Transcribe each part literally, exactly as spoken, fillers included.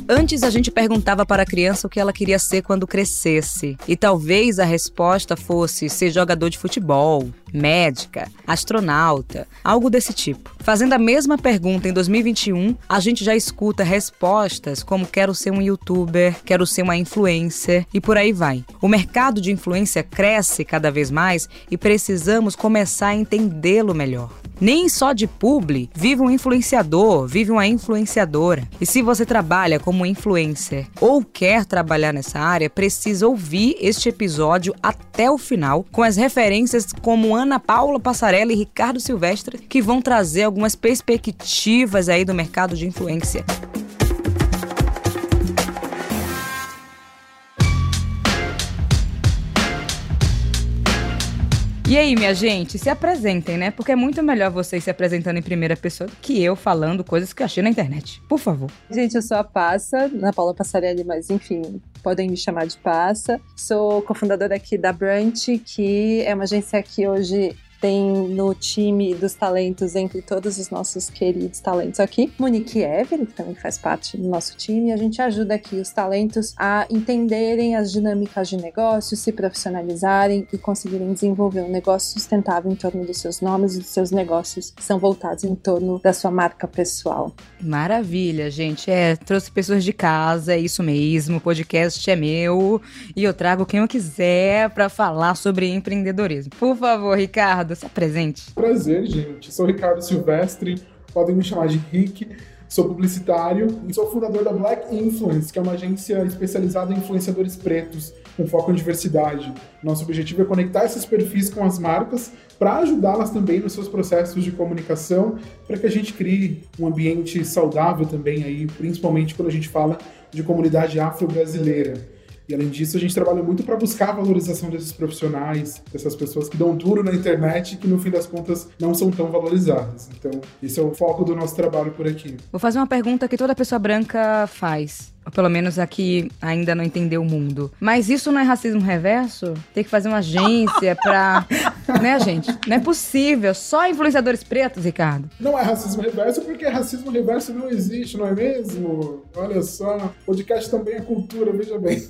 Antes a gente perguntava para a criança o que ela queria ser quando crescesse. E talvez a resposta fosse ser jogador de futebol, médica, astronauta, algo desse tipo. Fazendo a mesma pergunta em dois mil e vinte e um, a gente já escuta respostas como quero ser um youtuber, quero ser uma influencer e por aí vai. O mercado de influência cresce cada vez mais e precisamos começar a entendê-lo melhor. Nem só de publi vive um influenciador, vive uma influenciadora. E se você trabalha como influencer ou quer trabalhar nessa área, precisa ouvir este episódio até o final, com as referências como Ana Paula Passarella e Ricardo Silvestre, que vão trazer algumas perspectivas aí do mercado de influência. E aí, minha gente, se apresentem, né? Porque é muito melhor vocês se apresentando em primeira pessoa do que eu falando coisas que eu achei na internet. Por favor. Gente, eu sou a Passa, Ana Paula Passarelli, mas enfim, podem me chamar de Passa. Sou cofundadora aqui da Brunch, que é uma agência que hoje tem no time dos talentos, entre todos os nossos queridos talentos aqui, Monique Evelyn, que também faz parte do nosso time, e a gente ajuda aqui os talentos a entenderem as dinâmicas de negócio, se profissionalizarem e conseguirem desenvolver um negócio sustentável em torno dos seus nomes e dos seus negócios que são voltados em torno da sua marca pessoal. Maravilha, gente. É, trouxe pessoas de casa, é isso mesmo, o podcast é meu e eu trago quem eu quiser para falar sobre empreendedorismo. Por favor, Ricardo, se apresente. Prazer, gente. Sou Ricardo Silvestre, podem me chamar de Rick. Sou publicitário e sou fundador da Black Influence, que é uma agência especializada em influenciadores pretos, com foco em diversidade. Nosso objetivo é conectar esses perfis com as marcas para ajudá-las também nos seus processos de comunicação, para que a gente crie um ambiente saudável também, aí, principalmente quando a gente fala de comunidade afro-brasileira. E além disso, a gente trabalha muito para buscar a valorização desses profissionais, dessas pessoas que dão duro na internet e que no fim das contas não são tão valorizadas. Então, esse é o foco do nosso trabalho por aqui. Vou fazer uma pergunta que toda pessoa branca faz. Ou pelo menos a que ainda não entendeu o mundo. Mas isso não é racismo reverso? Tem que fazer uma agência pra... né, gente? Não é possível. Só influenciadores pretos, Ricardo? Não é racismo reverso porque racismo reverso não existe, não é mesmo? Olha só. Podcast também é cultura, veja bem.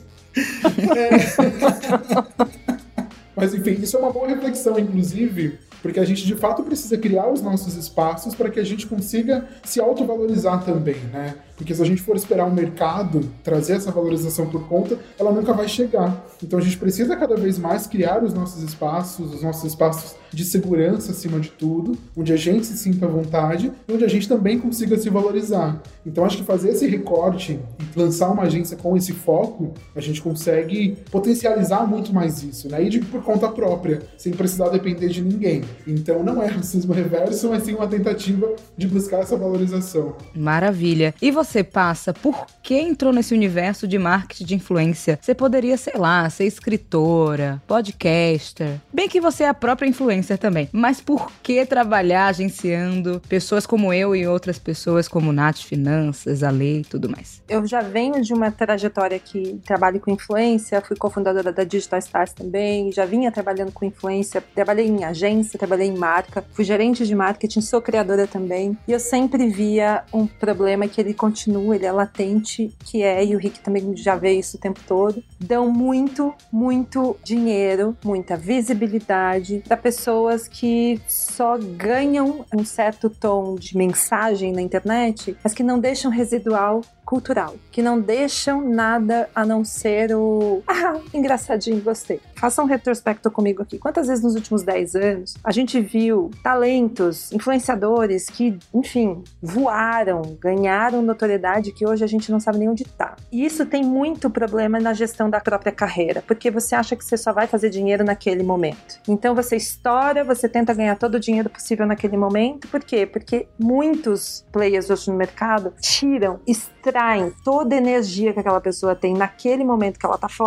É. Mas enfim, isso é uma boa reflexão, inclusive, porque a gente de fato precisa criar os nossos espaços para que a gente consiga se autovalorizar também, né? Porque se a gente for esperar o mercado trazer essa valorização por conta, ela nunca vai chegar. Então a gente precisa cada vez mais criar os nossos espaços, os nossos espaços de segurança acima de tudo, onde a gente se sinta à vontade e onde a gente também consiga se valorizar. Então acho que fazer esse recorte e lançar uma agência com esse foco, a gente consegue potencializar muito mais isso, né? E de, por conta própria, sem precisar depender de ninguém. Então não é racismo reverso, mas sim uma tentativa de buscar essa valorização. Maravilha. E você, Passa, por que entrou nesse universo de marketing de influência? Você poderia, sei lá, ser escritora, podcaster. Bem que você é a própria influencer também. Mas por que trabalhar agenciando pessoas como eu e outras pessoas como Nath Finanças, a Lei e tudo mais? Eu já venho de uma trajetória que trabalho com influência, fui cofundadora da Digital Stars também, já vinha trabalhando com influência, trabalhei em agência, trabalhei em marca, fui gerente de marketing, sou criadora também, e eu sempre via um problema que ele continua, ele é latente, que é, e o Rick também já vê isso o tempo todo, dão muito, muito dinheiro, muita visibilidade para pessoas que só ganham um certo tom de mensagem na internet, mas que não deixam residual cultural, que não deixam nada a não ser o ah, engraçadinho, gostei. Faça um retrospecto comigo aqui. Quantas vezes nos últimos dez anos a gente viu talentos, influenciadores que, enfim, voaram, ganharam notoriedade que hoje a gente não sabe nem onde tá. E isso tem muito problema na gestão da própria carreira, porque você acha que você só vai fazer dinheiro naquele momento. Então você estoura, você tenta ganhar todo o dinheiro possível naquele momento. Por quê? Porque muitos players hoje no mercado tiram, extraem toda a energia que aquela pessoa tem naquele momento que ela tá forte,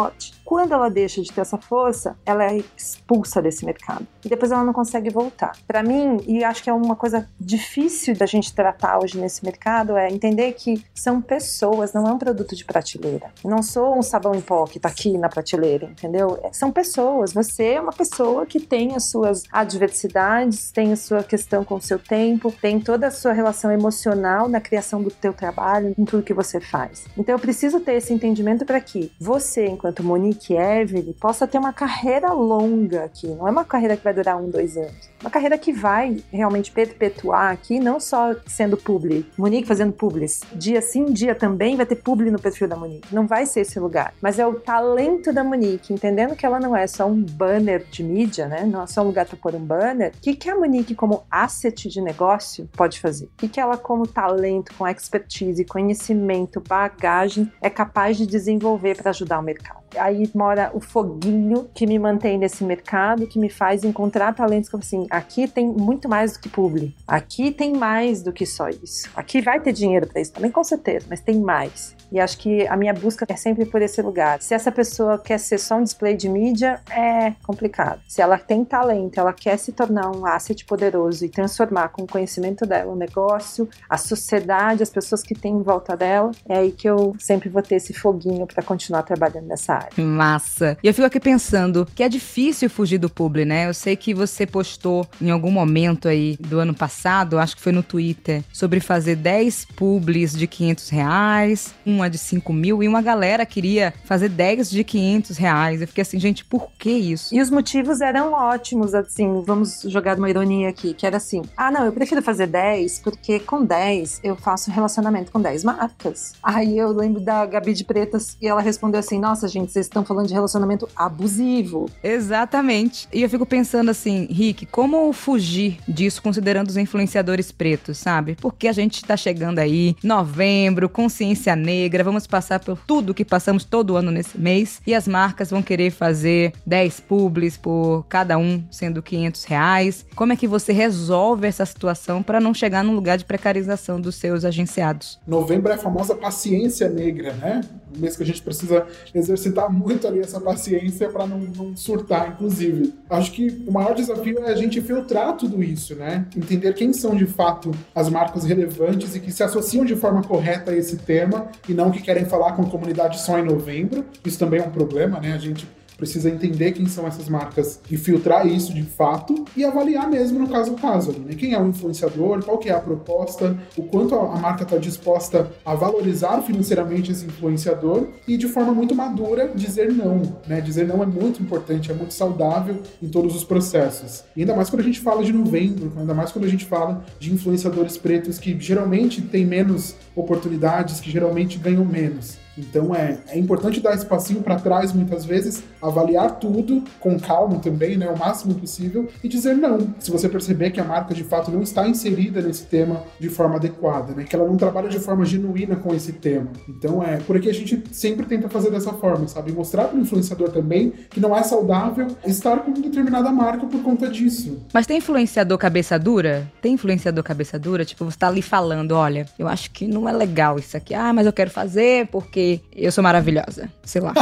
quando ela deixa de ter essa força, ela é expulsa desse mercado. E depois ela não consegue voltar. Para mim, e acho que é uma coisa difícil da gente tratar hoje nesse mercado, é entender que são pessoas, não é um produto de prateleira. Eu não sou um sabão em pó que tá aqui na prateleira, entendeu? São pessoas. Você é uma pessoa que tem as suas adversidades, tem a sua questão com o seu tempo, tem toda a sua relação emocional na criação do teu trabalho, em tudo que você faz. Então eu preciso ter esse entendimento para que você, enquanto Monique Evelyn, possa ter uma carreira longa aqui. Não é uma carreira que vai durar um, dois anos. Uma carreira que vai realmente perpetuar aqui, não só sendo publi. Monique fazendo publis. Dia sim, dia também vai ter publi no perfil da Monique. Não vai ser esse lugar. Mas é o talento da Monique, entendendo que ela não é só um banner de mídia, né? Não é só um lugar para pôr um banner. O que, que a Monique, como asset de negócio, pode fazer? O que, que ela, como talento, com expertise, conhecimento, bagagem, é capaz de desenvolver para ajudar o mercado? Aí mora o foguinho que me mantém nesse mercado, que me faz encontrar talentos que eu assim, aqui tem muito mais do que publi, aqui tem mais do que só isso, aqui vai ter dinheiro para isso também, com certeza, mas tem mais. E acho que a minha busca é sempre por esse lugar. Se essa pessoa quer ser só um display de mídia, é complicado. Se ela tem talento, ela quer se tornar um asset poderoso e transformar com o conhecimento dela o negócio, a sociedade, as pessoas que têm em volta dela, é aí que eu sempre vou ter esse foguinho para continuar trabalhando nessa área. Massa! E eu fico aqui pensando que é difícil fugir do publi, né? Eu sei que você postou em algum momento aí do ano passado, acho que foi no Twitter, sobre fazer dez publis de quinhentos reais, um uma de cinco mil, e uma galera queria fazer dez de quinhentos reais. Eu fiquei assim, gente, por que isso? E os motivos eram ótimos, assim, vamos jogar uma ironia aqui, que era assim, ah não, eu prefiro fazer dez, porque com dez eu faço relacionamento com dez marcas. Aí eu lembro da Gabi de Pretas, e ela respondeu assim, nossa gente, vocês estão falando de relacionamento abusivo. Exatamente. E eu fico pensando assim, Rick, como fugir disso considerando os influenciadores pretos, sabe? Porque a gente tá chegando aí, novembro, consciência negra, vamos passar por tudo que passamos todo ano nesse mês, e as marcas vão querer fazer dez publis por cada um, sendo quinhentos reais. Como é que você resolve essa situação para não chegar num lugar de precarização dos seus agenciados? Novembro é a famosa paciência negra, né? Um mês que a gente precisa exercitar muito ali essa paciência para não, não surtar, inclusive. Acho que o maior desafio é a gente filtrar tudo isso, né? Entender quem são de fato as marcas relevantes e que se associam de forma correta a esse tema e não que querem falar com a comunidade só em novembro. Isso também é um problema, né? A gente precisa entender quem são essas marcas e filtrar isso de fato e avaliar mesmo no caso a caso, né? Quem é o influenciador, qual que é a proposta, o quanto a marca está disposta a valorizar financeiramente esse influenciador e de forma muito madura dizer não, né? Dizer não é muito importante, é muito saudável em todos os processos. E ainda mais quando a gente fala de novembro, ainda mais quando a gente fala de influenciadores pretos que geralmente têm menos oportunidades, que geralmente ganham menos. Então é, é importante dar esse passinho para trás muitas vezes, avaliar tudo com calma também, né, o máximo possível, e dizer não. Se você perceber que a marca de fato não está inserida nesse tema de forma adequada, né, que ela não trabalha de forma genuína com esse tema. Então é por aqui a gente sempre tenta fazer dessa forma, sabe? Mostrar para o influenciador também que não é saudável estar com determinada marca por conta disso. Mas tem influenciador cabeça dura? Tem influenciador cabeça dura? Tipo, você tá ali falando, olha, eu acho que não é legal isso aqui. Ah, mas eu quero fazer porque eu sou maravilhosa. Sei lá.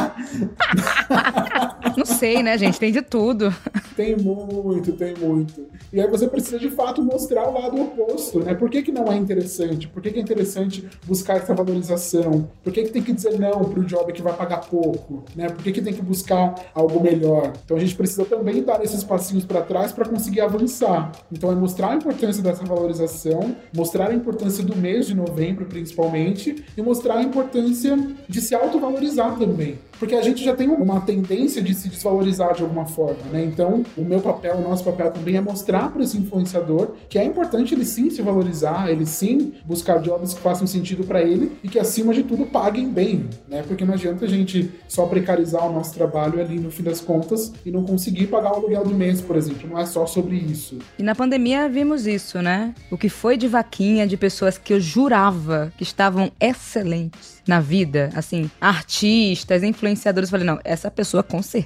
Não sei, né, gente? Tem de tudo. Tem muito, tem muito. E aí você precisa, de fato, mostrar o lado oposto, né? Por que que não é interessante? Por que que é interessante buscar essa valorização? Por que que tem que dizer não para o job que vai pagar pouco? Né? Por que que tem que buscar algo melhor? Então a gente precisa também dar esses passinhos para trás para conseguir avançar. Então é mostrar a importância dessa valorização, mostrar a importância do mês de novembro, principalmente, e mostrar a importância de se autovalorizar também. Porque a gente já tem uma tendência de se desvalorizar de alguma forma, né? Então, o meu papel, o nosso papel também é mostrar para esse influenciador que é importante ele sim se valorizar, ele sim buscar jobs que façam sentido para ele e que, acima de tudo, paguem bem, né? Porque não adianta a gente só precarizar o nosso trabalho ali no fim das contas e não conseguir pagar o aluguel do mês, por exemplo. Não é só sobre isso. E na pandemia vimos isso, né? O que foi de vaquinha de pessoas que eu jurava que estavam excelentes na vida, assim, artistas, influenciadores. Eu falei, não, essa pessoa com certeza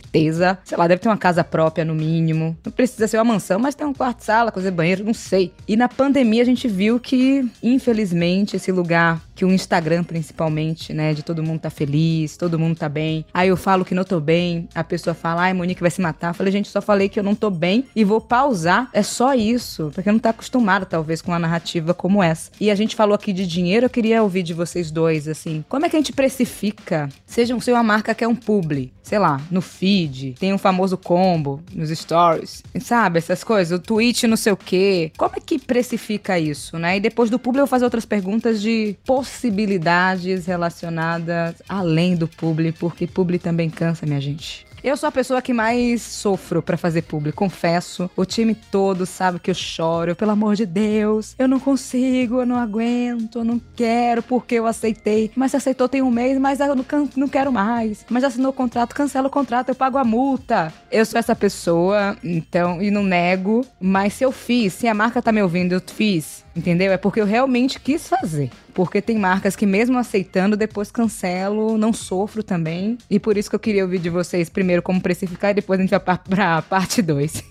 certeza, sei lá, deve ter uma casa própria no mínimo. Não precisa ser uma mansão, mas tem um quarto, sala, coisa, banheiro, não sei. E na pandemia a gente viu que, infelizmente, esse lugar que o Instagram, principalmente, né, de todo mundo tá feliz, todo mundo tá bem. Aí eu falo que não tô bem, a pessoa fala, ai, Monique vai se matar. Eu falei, gente, só falei que eu não tô bem e vou pausar. É só isso, porque não tá acostumado, talvez, com uma narrativa como essa. E a gente falou aqui de dinheiro, eu queria ouvir de vocês dois, assim, como é que a gente precifica? Seja se uma marca quer um publi, sei lá, no feed, tem um famoso combo nos stories, sabe, essas coisas, o tweet não sei o quê. Como é que precifica isso, né? E depois do publi eu vou fazer outras perguntas de possibilidades relacionadas além do publi, porque publi também cansa, minha gente. Eu sou a pessoa que mais sofro pra fazer publi, confesso. O time todo sabe que eu choro. Pelo amor de Deus, eu não consigo, eu não aguento, eu não quero porque eu aceitei. Mas você aceitou tem um mês, mas eu não, não quero mais. Mas já assinou o contrato, cancela o contrato, eu pago a multa. Eu sou essa pessoa, então, e não nego. Mas se eu fiz, se a marca tá me ouvindo, eu fiz, entendeu? É porque eu realmente quis fazer. Porque tem marcas que mesmo aceitando, depois cancelo, não sofro também. E por isso que eu queria ouvir de vocês primeiro como precificar e depois a gente vai pra parte dois.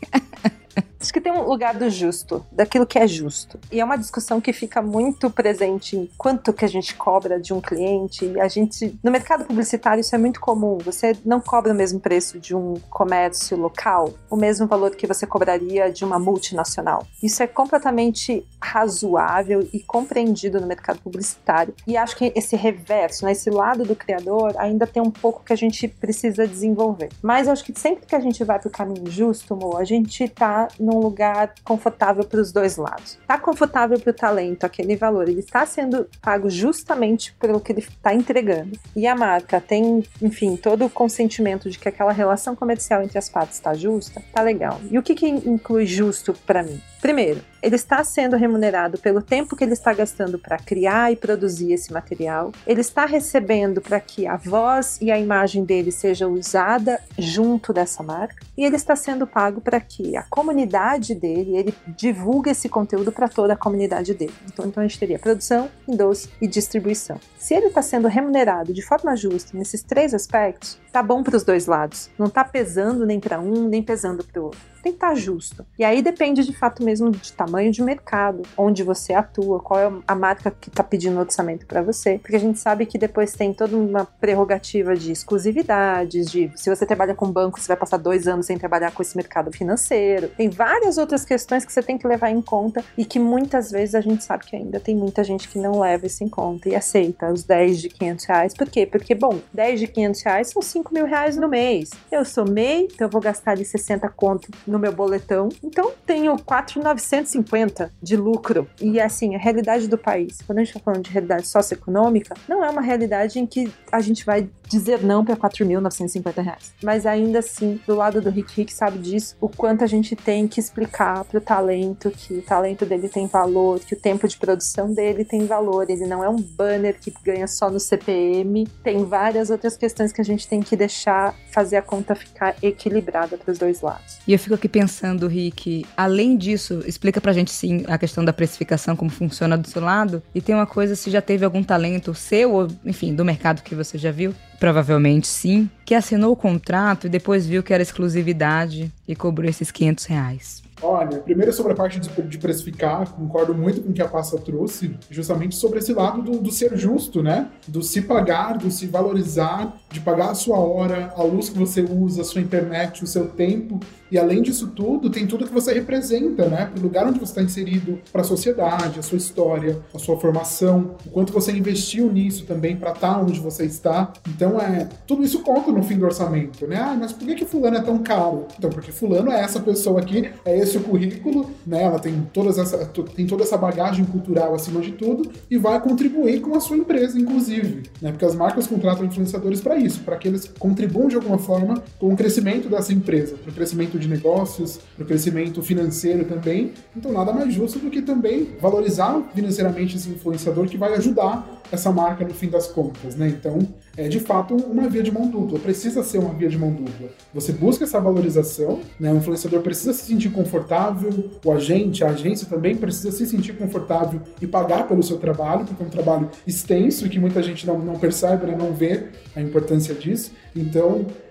Acho que tem um lugar do justo, daquilo que é justo. E é uma discussão que fica muito presente em quanto que a gente cobra de um cliente. E a gente, no mercado publicitário, isso é muito comum. Você não cobra o mesmo preço de um comércio local, o mesmo valor que você cobraria de uma multinacional. Isso é completamente razoável e compreendido no mercado publicitário. E acho que esse reverso, né, esse lado do criador, ainda tem um pouco que a gente precisa desenvolver. Mas eu acho que sempre que a gente vai para o caminho justo, Mo, a gente tá num lugar confortável para os dois lados. Tá confortável para o talento, aquele valor, ele está sendo pago justamente pelo que ele está entregando. E a marca tem, enfim, todo o consentimento de que aquela relação comercial entre as partes está justa, tá legal. E o que que inclui justo para mim? Primeiro, ele está sendo remunerado pelo tempo que ele está gastando para criar e produzir esse material. Ele está recebendo para que a voz e a imagem dele seja usada junto dessa marca. E ele está sendo pago para que a comunidade dele, ele divulgue esse conteúdo para toda a comunidade dele. Então, então a gente teria produção, endosso e distribuição. Se ele está sendo remunerado de forma justa nesses três aspectos, tá bom para os dois lados. Não tá pesando nem para um, nem pesando para o outro. Tem que estar justo. E aí depende de fato mesmo de tamanho de mercado, onde você atua, qual é a marca que está pedindo orçamento para você. Porque a gente sabe que depois tem toda uma prerrogativa de exclusividades, de se você trabalha com banco, você vai passar dois anos sem trabalhar com esse mercado financeiro. Tem várias outras questões que você tem que levar em conta e que muitas vezes a gente sabe que ainda tem muita gente que não leva isso em conta e aceita os dez de quinhentos reais. Por quê? Porque, bom, dez de quinhentos reais são cinco mil reais no mês. Eu sou M E I, então eu vou gastar ali sessenta conto no meu boletão. Então tenho quatro mil novecentos e cinquenta de lucro. E assim, a realidade do país, quando a gente está falando de realidade socioeconômica, não é uma realidade em que a gente vai dizer não para quatro mil novecentos e cinquenta reais. Mas ainda assim, do lado do Rick Rick sabe disso, o quanto a gente tem que explicar pro talento que o talento dele tem valor, que o tempo de produção dele tem valor, ele não é um banner que ganha só no C P M, tem várias outras questões que a gente tem que deixar fazer a conta ficar equilibrada para os dois lados. E eu fico aqui pensando, Rick, além disso, explica pra gente sim a questão da precificação, como funciona do seu lado, e tem uma coisa, se já teve algum talento seu, ou enfim, do mercado que você já viu, provavelmente sim, que assinou o contrato e depois viu que era exclusividade e cobrou esses quinhentos reais. Olha, primeiro sobre a parte de, de precificar, concordo muito com o que a Passa trouxe, justamente sobre esse lado do, do ser justo, né? Do se pagar, do se valorizar, de pagar a sua hora, a luz que você usa, a sua internet, o seu tempo. E além disso tudo, tem tudo que você representa, né? Para o lugar onde você está inserido, para a sociedade, a sua história, a sua formação, o quanto você investiu nisso também para estar onde você está. Então, é, tudo isso conta no fim do orçamento, né? Ah, mas por que que fulano é tão caro? Então, porque fulano é essa pessoa aqui, é esse o currículo, né? Ela tem, todas essa, tem toda essa bagagem cultural acima de tudo e vai contribuir com a sua empresa, inclusive, né? Porque as marcas contratam influenciadores para isso, para que eles contribuam de alguma forma com o crescimento dessa empresa, para o crescimento de negócios, para o crescimento financeiro também. Então, nada mais justo do que também valorizar financeiramente esse influenciador que vai ajudar essa marca no fim das contas, né? Então, é de fato uma via de mão dupla, precisa ser uma via de mão dupla. Você busca essa valorização, né? O influenciador precisa se sentir confortável, o agente, a agência também precisa se sentir confortável e pagar pelo seu trabalho, porque é um trabalho extenso e que muita gente não, não percebe, né? Não vê a importância disso. Então,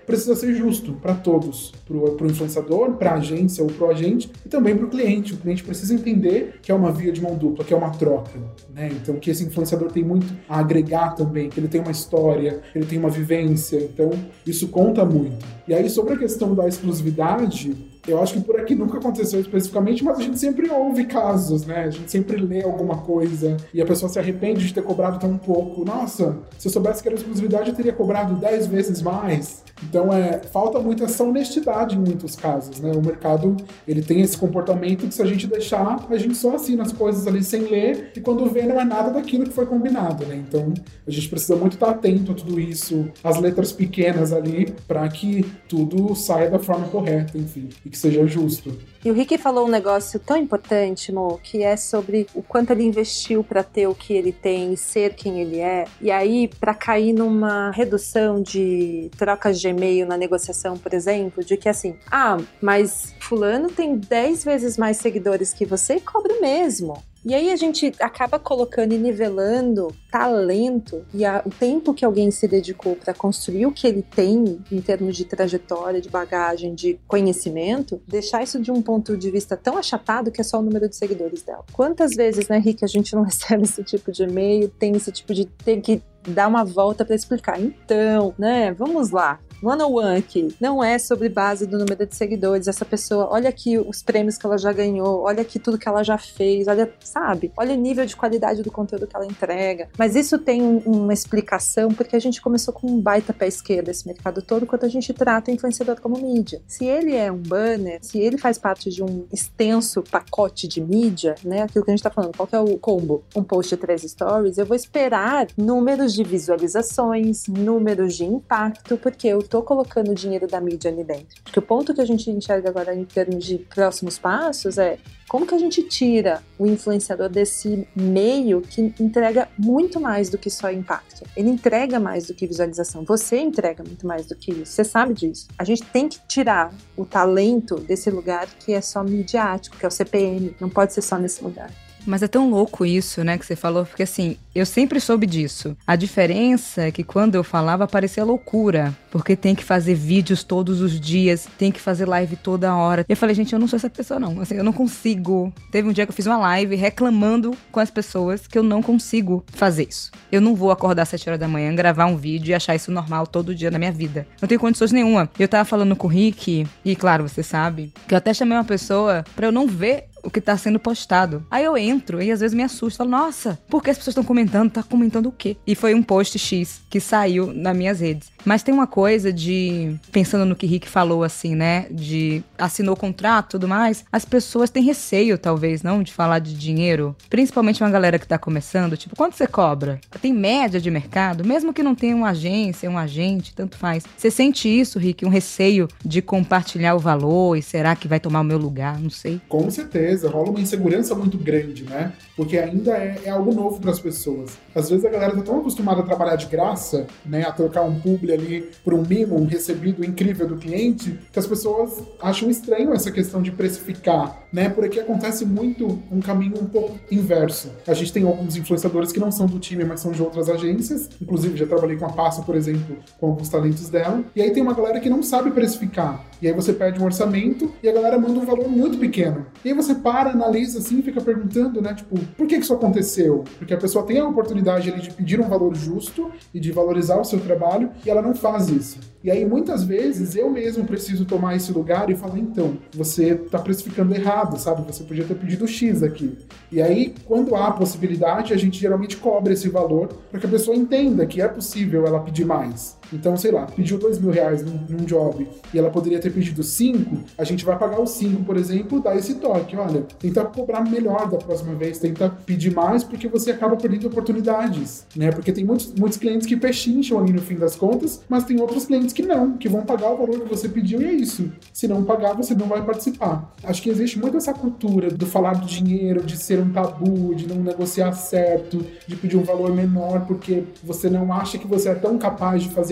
precisa ser justo para todos, para o influenciador, para a agência ou para o agente e também para o cliente. O cliente precisa entender que é uma via de mão dupla, que é uma troca, né? Então que esse influenciador tem muito a agregar também, que ele tem uma história, que ele tem uma vivência, então isso conta muito. E aí sobre a questão da exclusividade, eu acho que por aqui nunca aconteceu especificamente, mas a gente sempre ouve casos, né? A gente sempre lê alguma coisa e a pessoa se arrepende de ter cobrado tão pouco. Nossa, se eu soubesse que era exclusividade, eu teria cobrado dez vezes mais. Então, é, falta muito essa honestidade em muitos casos, né? O mercado, ele tem esse comportamento que se a gente deixar, a gente só assina as coisas ali sem ler e quando vê não é nada daquilo que foi combinado, né? Então, a gente precisa muito estar atento a tudo isso, as letras pequenas ali, para que tudo saia da forma correta, enfim, e que seja justo. E o Rick falou um negócio tão importante, Mo, que é sobre o quanto ele investiu para ter o que ele tem e ser quem ele é. E aí, para cair numa redução de trocas de e-mail na negociação, por exemplo, de que assim, ah, mas fulano tem dez vezes mais seguidores que você e cobra mesmo. E aí a gente acaba colocando e nivelando talento e a, o tempo que alguém se dedicou para construir o que ele tem em termos de trajetória, de bagagem, de conhecimento, deixar isso de um ponto de vista tão achatado que é só o número de seguidores dela. Quantas vezes, né, Rick, a gente não recebe esse tipo de e-mail, tem esse tipo de ter que dar uma volta para explicar. Então, né, vamos lá. One on one aqui, não é sobre base do número de seguidores, essa pessoa, olha aqui os prêmios que ela já ganhou, olha aqui tudo que ela já fez, olha, sabe, olha o nível de qualidade do conteúdo que ela entrega, mas isso tem um, uma explicação, porque a gente começou com um baita pé esquerdo esse mercado todo, quando a gente trata o influenciador como mídia. Se ele é um banner, se ele faz parte de um extenso pacote de mídia, né, aquilo que a gente tá falando, qual que é o combo? Um post de três stories, eu vou esperar números de visualizações, números de impacto, porque eu tô colocando o dinheiro da mídia ali dentro. Porque o ponto que a gente enxerga agora em termos de próximos passos é como que a gente tira o influenciador desse meio que entrega muito mais do que só impacto. Ele entrega mais do que visualização. Você entrega muito mais do que isso. Você sabe disso. A gente tem que tirar o talento desse lugar que é só midiático, que é o C P M. Não pode ser só nesse lugar. Mas é tão louco isso, né, que você falou, porque assim, eu sempre soube disso. A diferença é que quando eu falava parecia loucura, porque tem que fazer vídeos todos os dias, tem que fazer live toda hora. E eu falei, gente, eu não sou essa pessoa não, assim, eu não consigo. Teve um dia que eu fiz uma live reclamando com as pessoas que eu não consigo fazer isso. Eu não vou acordar às sete horas da manhã, gravar um vídeo e achar isso normal todo dia na minha vida. Não tenho condições nenhuma. Eu tava falando com o Rick, e claro, você sabe, que eu até chamei uma pessoa pra eu não ver o que tá sendo postado. Aí eu entro e às vezes me assusto. Falo, nossa, por que as pessoas estão comentando? Tá comentando o quê? E foi um post X que saiu nas minhas redes. Mas tem uma coisa de, pensando no que Rick falou assim, né, de assinou o contrato e tudo mais, as pessoas têm receio, talvez, não, de falar de dinheiro. Principalmente uma galera que tá começando, tipo, quanto você cobra? Tem média de mercado? Mesmo que não tenha uma agência, um agente, tanto faz. Você sente isso, Rick? Um receio de compartilhar o valor e será que vai tomar o meu lugar? Não sei. Com certeza, rola uma insegurança muito grande, né? Porque ainda é, é algo novo para as pessoas. Às vezes a galera tá tão acostumada a trabalhar de graça, né, a trocar um publi ali por um mimo, um recebido incrível do cliente, que as pessoas acham estranho essa questão de precificar, né? Por aqui acontece muito um caminho um pouco inverso. A gente tem alguns influenciadores que não são do time, mas são de outras agências. Inclusive, já trabalhei com a Passa, por exemplo, com alguns talentos dela. E aí tem uma galera que não sabe precificar. E aí você pede um orçamento e a galera manda um valor muito pequeno. E aí você para, analisa assim, fica perguntando, né? Tipo, por que isso aconteceu? Porque a pessoa tem a oportunidade ali de pedir um valor justo e de valorizar o seu trabalho e ela não faz isso. E aí, muitas vezes, eu mesmo preciso tomar esse lugar e falar, então, você tá precificando errado, sabe? Você podia ter pedido X aqui. E aí, quando há a possibilidade, a gente geralmente cobra esse valor para que a pessoa entenda que é possível ela pedir mais. Então, sei lá, pediu dois mil reais num, num job e ela poderia ter pedido cinco, a gente vai pagar os cinco, por exemplo, dar esse toque. Olha, tenta cobrar melhor da próxima vez, tenta pedir mais, porque você acaba perdendo oportunidades, né? Porque tem muitos, muitos clientes que pechincham ali no fim das contas, mas tem outros clientes que não, que vão pagar o valor que você pediu e é isso. Se não pagar, você não vai participar. Acho que existe muito essa cultura do falar do dinheiro, de ser um tabu, de não negociar certo, de pedir um valor menor porque você não acha que você é tão capaz de fazer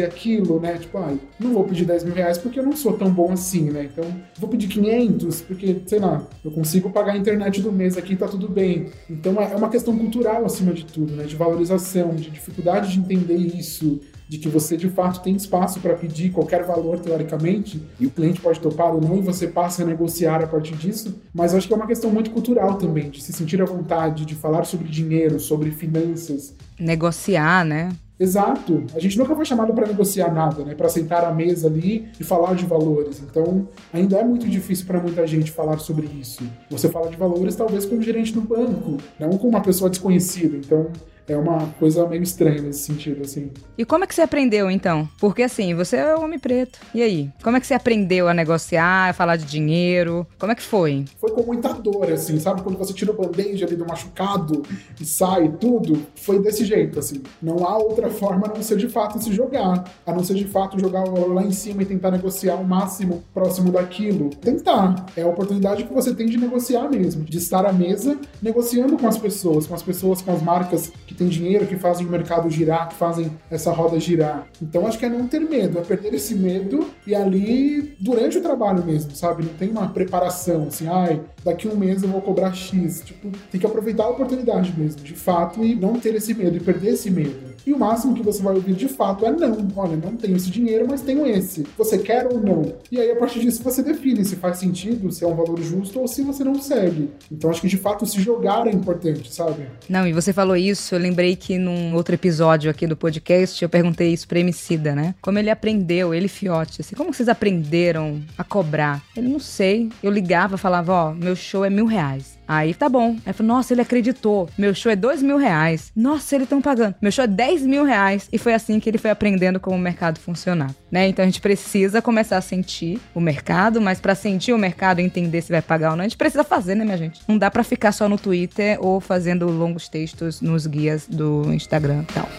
aquilo, né? Tipo, ah, não vou pedir dez mil reais porque eu não sou tão bom assim, né? Então, vou pedir quinhentos porque, sei lá, eu consigo pagar a internet do mês aqui e tá tudo bem. Então, é uma questão cultural acima de tudo, né? De valorização, de dificuldade de entender isso, de que você, de fato, tem espaço para pedir qualquer valor, teoricamente, e o cliente pode topar ou não, e você passa a negociar a partir disso. Mas eu acho que é uma questão muito cultural também, de se sentir à vontade, de falar sobre dinheiro, sobre finanças. Negociar, né? Exato. A gente nunca foi chamado para negociar nada, né? Para sentar à mesa ali e falar de valores. Então, ainda é muito difícil para muita gente falar sobre isso. Você fala de valores talvez com um gerente do banco, não com uma pessoa desconhecida. Então, é uma coisa meio estranha nesse sentido, assim. E como é que você aprendeu, então? Porque, assim, você é um homem preto. E aí? Como é que você aprendeu a negociar, a falar de dinheiro? Como é que foi? Foi com muita dor, assim, sabe? Quando você tira o band-aid ali do machucado e sai tudo, foi desse jeito, assim. Não há outra forma a não ser, de fato, se jogar. A não ser, de fato, jogar o valor lá em cima e tentar negociar o máximo próximo daquilo. Tentar. É a oportunidade que você tem de negociar mesmo. De estar à mesa, negociando com as pessoas. Com as pessoas, com as marcas que tem dinheiro, que fazem o mercado girar, que fazem essa roda girar. Então, acho que é não ter medo, é perder esse medo e ali, durante o trabalho mesmo, sabe? Não tem uma preparação, assim, ai, daqui um mês eu vou cobrar X. Tipo, tem que aproveitar a oportunidade mesmo, de fato, e não ter esse medo, e perder esse medo. E o máximo que você vai ouvir de fato é não. Olha, não tenho esse dinheiro, mas tenho esse. Você quer ou não? E aí, a partir disso, você define se faz sentido, se é um valor justo ou se você não segue. Então, acho que, de fato, se jogar é importante, sabe? Não, e você falou isso, eu lembrei que num outro episódio aqui do podcast, eu perguntei isso pra Emicida, né? Como ele aprendeu, ele fiote, assim, como vocês aprenderam a cobrar? Ele, não sei. Eu ligava, falava, ó, meu show é mil reais. Aí, tá bom. Aí, falou, nossa, ele acreditou. Meu show é dois mil reais. Nossa, eles estão pagando. Meu show é dez mil reais. E foi assim que ele foi aprendendo como o mercado funcionava, né? Então, a gente precisa começar a sentir o mercado, mas pra sentir o mercado e entender se vai pagar ou não, a gente precisa fazer, né, minha gente? Não dá pra ficar só no Twitter ou fazendo longos textos nos guias do Instagram e tal.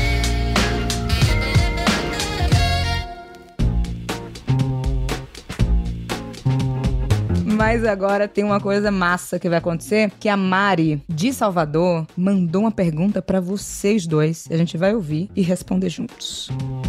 Mas agora tem uma coisa massa que vai acontecer, que a Mari, de Salvador, mandou uma pergunta pra vocês dois. A gente vai ouvir e responder juntos.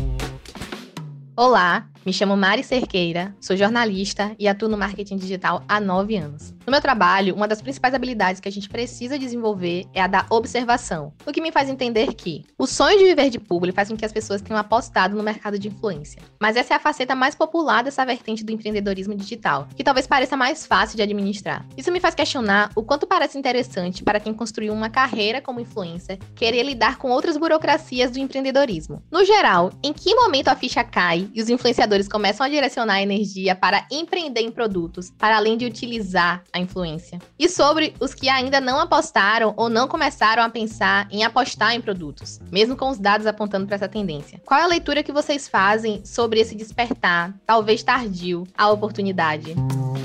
Olá, me chamo Mari Cerqueira, sou jornalista e atuo no marketing digital há nove anos. No meu trabalho, uma das principais habilidades que a gente precisa desenvolver é a da observação, o que me faz entender que o sonho de viver de publi faz com que as pessoas tenham apostado no mercado de influência. Mas essa é a faceta mais popular dessa vertente do empreendedorismo digital, que talvez pareça mais fácil de administrar. Isso me faz questionar o quanto parece interessante para quem construiu uma carreira como influencer querer lidar com outras burocracias do empreendedorismo. No geral, em que momento a ficha cai e os influenciadores começam a direcionar a energia para empreender em produtos, para além de utilizar a influência? E sobre os que ainda não apostaram ou não começaram a pensar em apostar em produtos, mesmo com os dados apontando para essa tendência. Qual é a leitura que vocês fazem sobre esse despertar, talvez tardio, à oportunidade?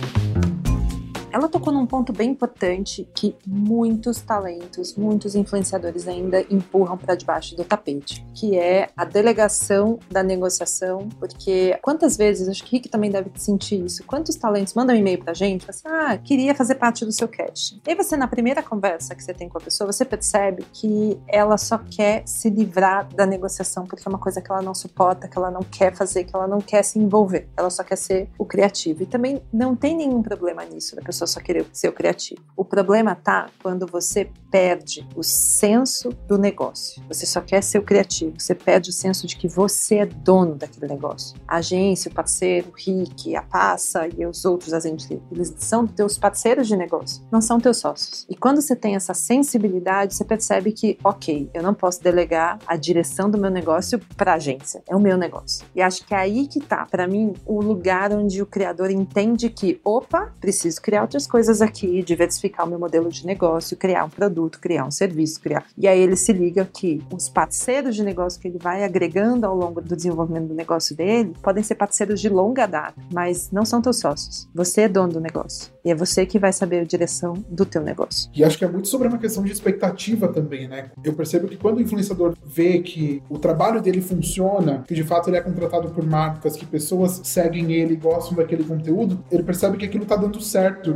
Ela tocou num ponto bem importante que muitos talentos, muitos influenciadores ainda empurram para debaixo do tapete, que é a delegação da negociação, porque quantas vezes, acho que o Rick também deve sentir isso, quantos talentos mandam um e-mail pra gente, assim, ah, queria fazer parte do seu casting. E aí você, na primeira conversa que você tem com a pessoa, você percebe que ela só quer se livrar da negociação, porque é uma coisa que ela não suporta, que ela não quer fazer, que ela não quer se envolver, ela só quer ser o criativo. E também não tem nenhum problema nisso, da pessoa só querer ser o criativo. O problema tá quando você perde o senso do negócio. Você só quer ser o criativo, você perde o senso de que você é dono daquele negócio. A agência, o parceiro, o Rick, a Passa e os outros agentes, eles são teus parceiros de negócio, não são teus sócios. E quando você tem essa sensibilidade, você percebe que, ok, eu não posso delegar a direção do meu negócio para a agência, é o meu negócio. E acho que é aí que tá, para mim, o lugar onde o criador entende que, opa, preciso criar outras coisas aqui, diversificar o meu modelo de negócio, criar um produto, criar um serviço, criar... E aí ele se liga que os parceiros de negócio que ele vai agregando ao longo do desenvolvimento do negócio dele podem ser parceiros de longa data, mas não são teus sócios. Você é dono do negócio. E é você que vai saber a direção do teu negócio. E acho que é muito sobre uma questão de expectativa também, né? Eu percebo que quando o influenciador vê que o trabalho dele funciona, que de fato ele é contratado por marcas, que pessoas seguem ele e gostam daquele conteúdo, ele percebe que aquilo tá dando certo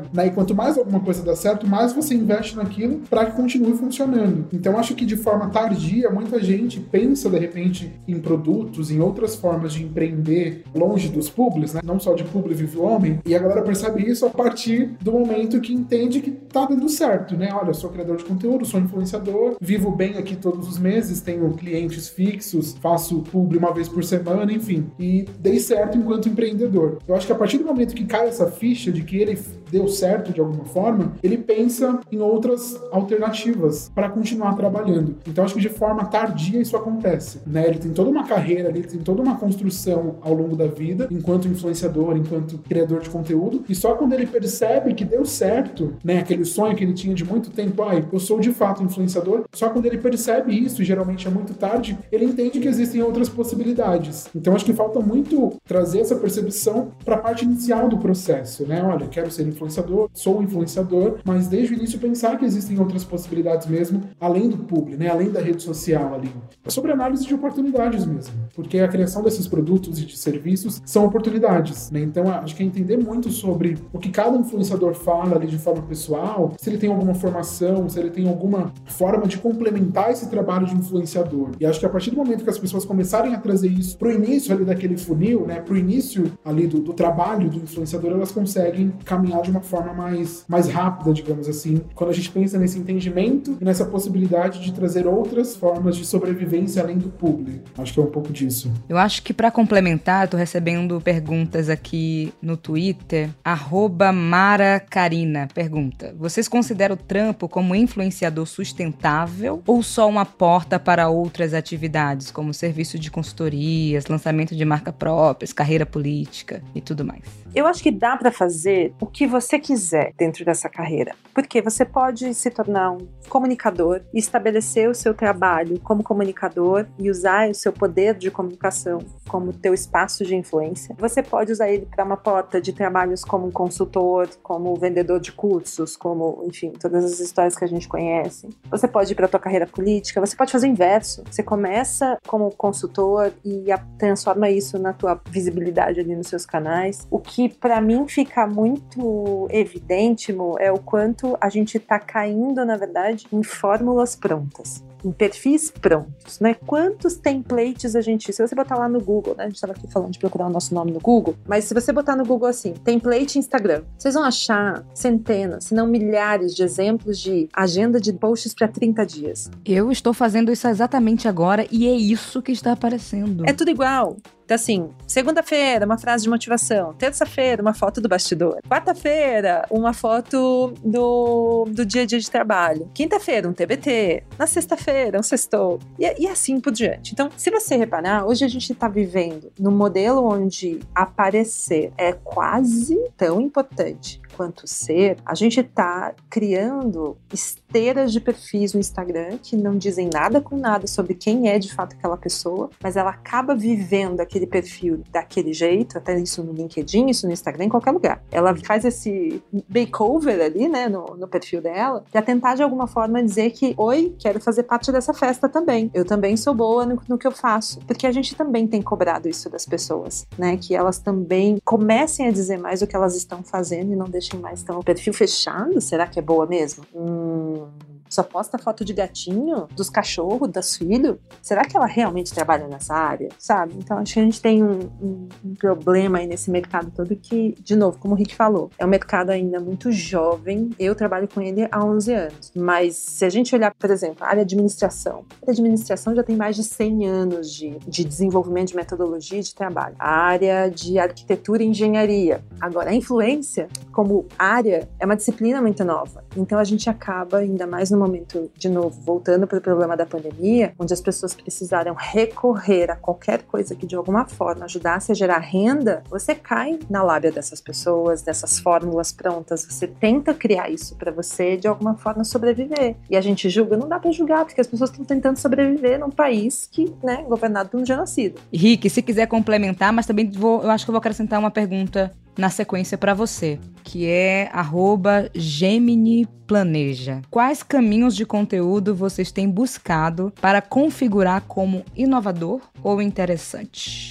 trabalho, né? E quanto mais alguma coisa dá certo, mais você investe naquilo para que continue funcionando. Então, acho que de forma tardia, muita gente pensa, de repente, em produtos, em outras formas de empreender longe dos publis, né? Não só de publi vive o homem, e a galera percebe isso a partir do momento que entende que tá dando certo, né? Olha, eu sou criador de conteúdo, sou influenciador, vivo bem aqui todos os meses, tenho clientes fixos, faço publi uma vez por semana, enfim, e dei certo enquanto empreendedor. Eu acho que a partir do momento que cai essa ficha de que ele deu certo de alguma forma, ele pensa em outras alternativas para continuar trabalhando. Então, acho que de forma tardia isso acontece, né? Ele tem toda uma carreira ali, tem toda uma construção ao longo da vida, enquanto influenciador, enquanto criador de conteúdo, e só quando ele percebe que deu certo, né, aquele sonho que ele tinha de muito tempo, ah, eu sou de fato influenciador, só quando ele percebe isso, e geralmente é muito tarde, ele entende que existem outras possibilidades. Então, acho que falta muito trazer essa percepção para a parte inicial do processo, né? Olha, quero ser influenciador, sou influenciador, mas desde o início pensar que existem outras possibilidades mesmo, além do publi, né? Além da rede social ali. É sobre análise de oportunidades mesmo, porque a criação desses produtos e de serviços são oportunidades, né? Então, acho que é entender muito sobre o que cada influenciador fala ali de forma pessoal, se ele tem alguma formação, se ele tem alguma forma de complementar esse trabalho de influenciador. E acho que a partir do momento que as pessoas começarem a trazer isso pro início ali daquele funil, né? Pro início ali do, do trabalho do influenciador, elas conseguem caminhar de uma forma mais, mais rápida, digamos assim, quando a gente pensa nesse entendimento e nessa possibilidade de trazer outras formas de sobrevivência além do publi. Acho que é um pouco disso. Eu acho que para complementar, eu tô recebendo perguntas aqui no Twitter. Arroba Mara Karina pergunta: vocês consideram o trampo como influenciador sustentável ou só uma porta para outras atividades, como serviço de consultorias, lançamento de marca próprias, carreira política e tudo mais? Eu acho que dá para fazer o que você quiser dentro dessa carreira, porque você pode se tornar um comunicador e estabelecer o seu trabalho como comunicador e usar o seu poder de comunicação como teu espaço de influência. Você pode usar ele para uma porta de trabalhos como um consultor, como vendedor de cursos, como, enfim, todas as histórias que a gente conhece. Você pode ir para a tua carreira política, você pode fazer o inverso. Você começa como consultor e transforma isso na tua visibilidade ali nos seus canais. O que para mim fica muito evidente, Mo, é o quanto a gente está caindo, na verdade, em fórmulas prontas, em perfis prontos, né? Quantos templates a gente... Se você botar lá no Google, né? A gente estava aqui falando de procurar o nosso nome no Google, mas se você botar no Google assim, template Instagram, vocês vão achar centenas, se não milhares de exemplos de agenda de posts para trinta dias. Eu estou fazendo isso exatamente agora e é isso que está aparecendo. É tudo igual. Então, assim, segunda-feira, uma frase de motivação. Terça-feira, uma foto do bastidor. Quarta-feira, uma foto do, do dia a dia de trabalho. Quinta-feira, um T B T. Na sexta-feira, um sextou. E, e assim por diante. Então, se você reparar, hoje a gente está vivendo num modelo onde aparecer é quase tão importante quanto ser. A gente está criando esteiras de perfis no Instagram que não dizem nada com nada sobre quem é de fato aquela pessoa, mas ela acaba vivendo aquele perfil daquele jeito, até isso no LinkedIn, isso no Instagram, em qualquer lugar. Ela faz esse makeover ali, né, no, no perfil dela, para tentar de alguma forma dizer que, oi, quero fazer parte dessa festa também. Eu também sou boa no, no que eu faço. Porque a gente também tem cobrado isso das pessoas, né, que elas também comecem a dizer mais o que elas estão fazendo e não deixem mais tão perfil fechado. Será que é boa mesmo? Hum... Só posta foto de gatinho, dos cachorros, dos filhos? Será que ela realmente trabalha nessa área? Sabe? Então acho que a gente tem um, um, um problema aí nesse mercado todo que, de novo, como o Rick falou, é um mercado ainda muito jovem. Eu trabalho com ele há onze anos. Mas se a gente olhar, por exemplo, a área de administração. A área de administração já tem mais de cem anos de, de desenvolvimento de metodologia e de trabalho. A área de arquitetura e engenharia. Agora, a influência, como área, é uma disciplina muito nova. Então a gente acaba, ainda mais no momento, de novo, voltando para o problema da pandemia, onde as pessoas precisaram recorrer a qualquer coisa que de alguma forma ajudasse a gerar renda, você cai na lábia dessas pessoas, dessas fórmulas prontas, você tenta criar isso para você de alguma forma sobreviver. E a gente julga? Não dá para julgar, porque as pessoas estão tentando sobreviver num país que, né, governado por um genocida. Rick, se quiser complementar, mas também vou, eu acho que eu vou acrescentar uma pergunta na sequência para você, que é arroba Gemini Planeja. Quais caminhos de conteúdo vocês têm buscado para configurar como inovador ou interessante?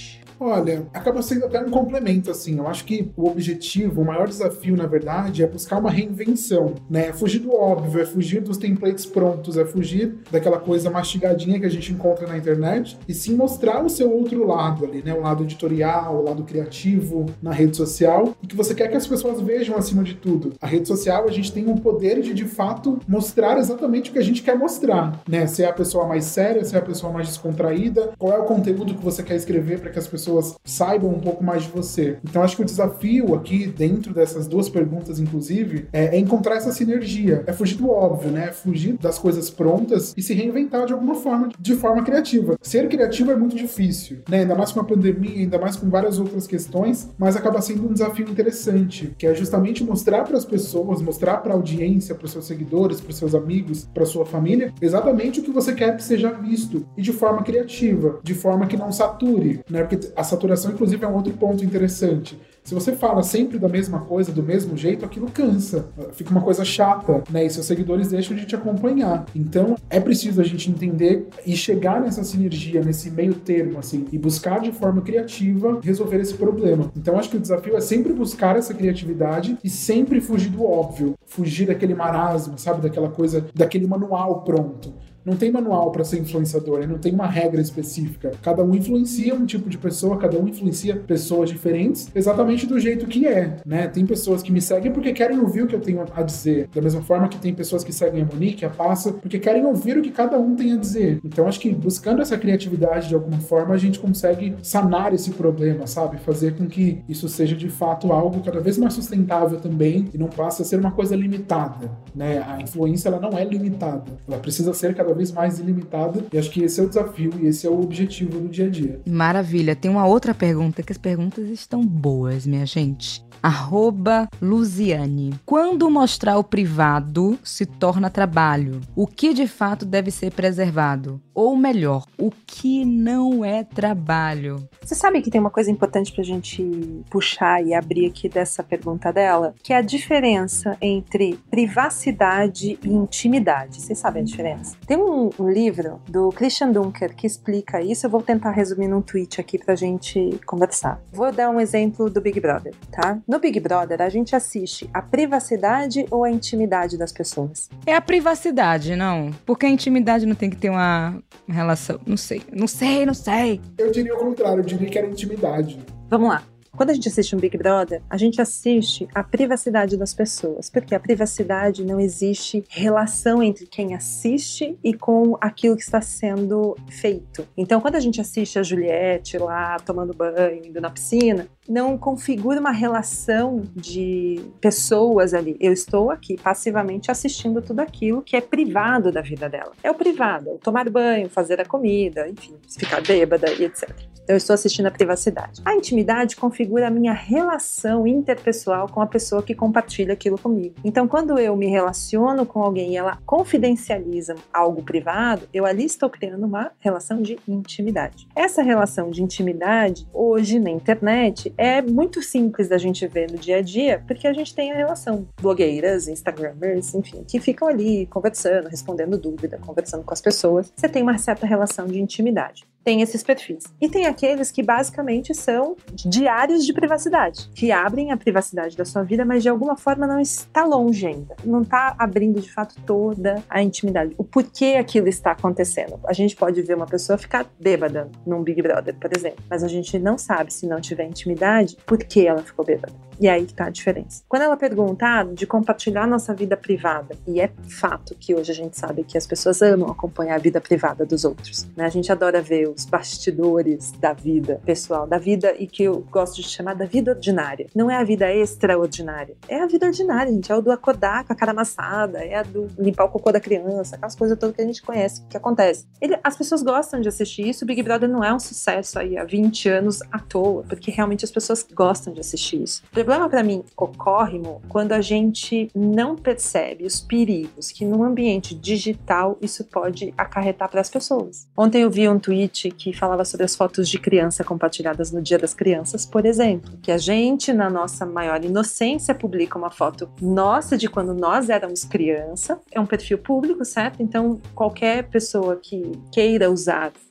Olha, acaba sendo até um complemento, assim. Eu acho que o objetivo, o maior desafio, na verdade, é buscar uma reinvenção, né? É fugir do óbvio, é fugir dos templates prontos, é fugir daquela coisa mastigadinha que a gente encontra na internet e sim mostrar o seu outro lado ali, né? O lado editorial, o lado criativo na rede social e que você quer que as pessoas vejam acima de tudo. A rede social, a gente tem o poder de, de fato, mostrar exatamente o que a gente quer mostrar, né? Se é a pessoa mais séria, se é a pessoa mais descontraída, qual é o conteúdo que você quer escrever para que as pessoas saibam um pouco mais de você. Então, acho que o desafio aqui, dentro dessas duas perguntas, inclusive, é, é encontrar essa sinergia. É fugir do óbvio, né? É fugir das coisas prontas e se reinventar de alguma forma, de forma criativa. Ser criativo é muito difícil, né? Ainda mais com a pandemia, ainda mais com várias outras questões, mas acaba sendo um desafio interessante, que é justamente mostrar para as pessoas, mostrar para a audiência, para os seus seguidores, para os seus amigos, para sua família, exatamente o que você quer que seja visto e de forma criativa, de forma que não sature, né? Porque a saturação, inclusive, é um outro ponto interessante. Se você fala sempre da mesma coisa, do mesmo jeito, aquilo cansa. Fica uma coisa chata, né? E seus seguidores deixam de te acompanhar. Então, é preciso a gente entender e chegar nessa sinergia, nesse meio termo, assim, e buscar de forma criativa resolver esse problema. Então, acho que o desafio é sempre buscar essa criatividade e sempre fugir do óbvio. Fugir daquele marasmo, sabe? Daquela coisa, daquele manual pronto. Não tem manual para ser influenciador, né? Não tem uma regra específica. Cada um influencia um tipo de pessoa, cada um influencia pessoas diferentes, exatamente do jeito que é, né? Tem pessoas que me seguem porque querem ouvir o que eu tenho a dizer. Da mesma forma que tem pessoas que seguem a Monique, a Passa, porque querem ouvir o que cada um tem a dizer. Então, acho que buscando essa criatividade de alguma forma, a gente consegue sanar esse problema, sabe? Fazer com que isso seja de fato algo cada vez mais sustentável também e não passe a ser uma coisa limitada, né? A influência, ela não é limitada. Ela precisa ser cada vez mais ilimitada, e acho que esse é o desafio e esse é o objetivo do dia a dia. Maravilha. Tem uma outra pergunta, que as perguntas estão boas, minha gente. Arroba Luziane. Quando mostrar o privado se torna trabalho, o que de fato deve ser preservado? Ou melhor, o que não é trabalho? Você sabe que tem uma coisa importante pra gente puxar e abrir aqui dessa pergunta dela, que é a diferença entre privacidade e intimidade. Vocês sabem a diferença? Tem um, um livro do Christian Dunker que explica isso. Eu vou tentar resumir num tweet aqui pra gente conversar. Vou dar um exemplo do Big Brother, tá? No Big Brother, a gente assiste a privacidade ou a intimidade das pessoas? É a privacidade, não? Porque a intimidade não tem que ter uma relação... Não sei, não sei, não sei. Eu diria o contrário, eu diria que era intimidade. Vamos lá. Quando a gente assiste um Big Brother, a gente assiste a privacidade das pessoas, porque a privacidade não existe relação entre quem assiste e com aquilo que está sendo feito. Então, quando a gente assiste a Juliette lá tomando banho, indo na piscina, não configura uma relação de pessoas ali. Eu estou aqui passivamente assistindo tudo aquilo que é privado da vida dela. É o privado, é o tomar banho, fazer a comida, enfim, ficar bêbada e etcétera. Então, eu estou assistindo a privacidade. A intimidade configura a minha relação interpessoal com a pessoa que compartilha aquilo comigo. Então, quando eu me relaciono com alguém e ela confidencializa algo privado, eu ali estou criando uma relação de intimidade. Essa relação de intimidade, hoje na internet, é muito simples da gente ver no dia a dia, porque a gente tem a relação blogueiras, instagramers, enfim, que ficam ali conversando, respondendo dúvida, conversando com as pessoas. Você tem uma certa relação de intimidade. Tem esses perfis. E tem aqueles que basicamente são diários de privacidade, que abrem a privacidade da sua vida, mas de alguma forma não está longe ainda. Não está abrindo de fato toda a intimidade. O porquê aquilo está acontecendo. A gente pode ver uma pessoa ficar bêbada num Big Brother, por exemplo, mas a gente não sabe, se não tiver intimidade, por que ela ficou bêbada. E aí que tá a diferença. Quando ela pergunta ah, de compartilhar nossa vida privada, e é fato que hoje a gente sabe que as pessoas amam acompanhar a vida privada dos outros, né? A gente adora ver os bastidores da vida pessoal, da vida, e que eu gosto de chamar da vida ordinária. Não é a vida extraordinária, é a vida ordinária, gente. É o do acordar com a cara amassada, é a do limpar o cocô da criança, aquelas coisas todas que a gente conhece, que acontece. Ele, as pessoas gostam de assistir isso. O Big Brother não é um sucesso aí há vinte anos à toa, porque realmente as pessoas gostam de assistir isso. O problema para mim ocorre quando a gente não percebe os perigos que no ambiente digital isso pode acarretar para as pessoas. Ontem eu vi um tweet que falava sobre as fotos de criança compartilhadas no Dia das Crianças, por exemplo, que a gente, na nossa maior inocência, publica uma foto nossa de quando nós éramos criança. É um perfil público, certo? Então qualquer pessoa que queira usar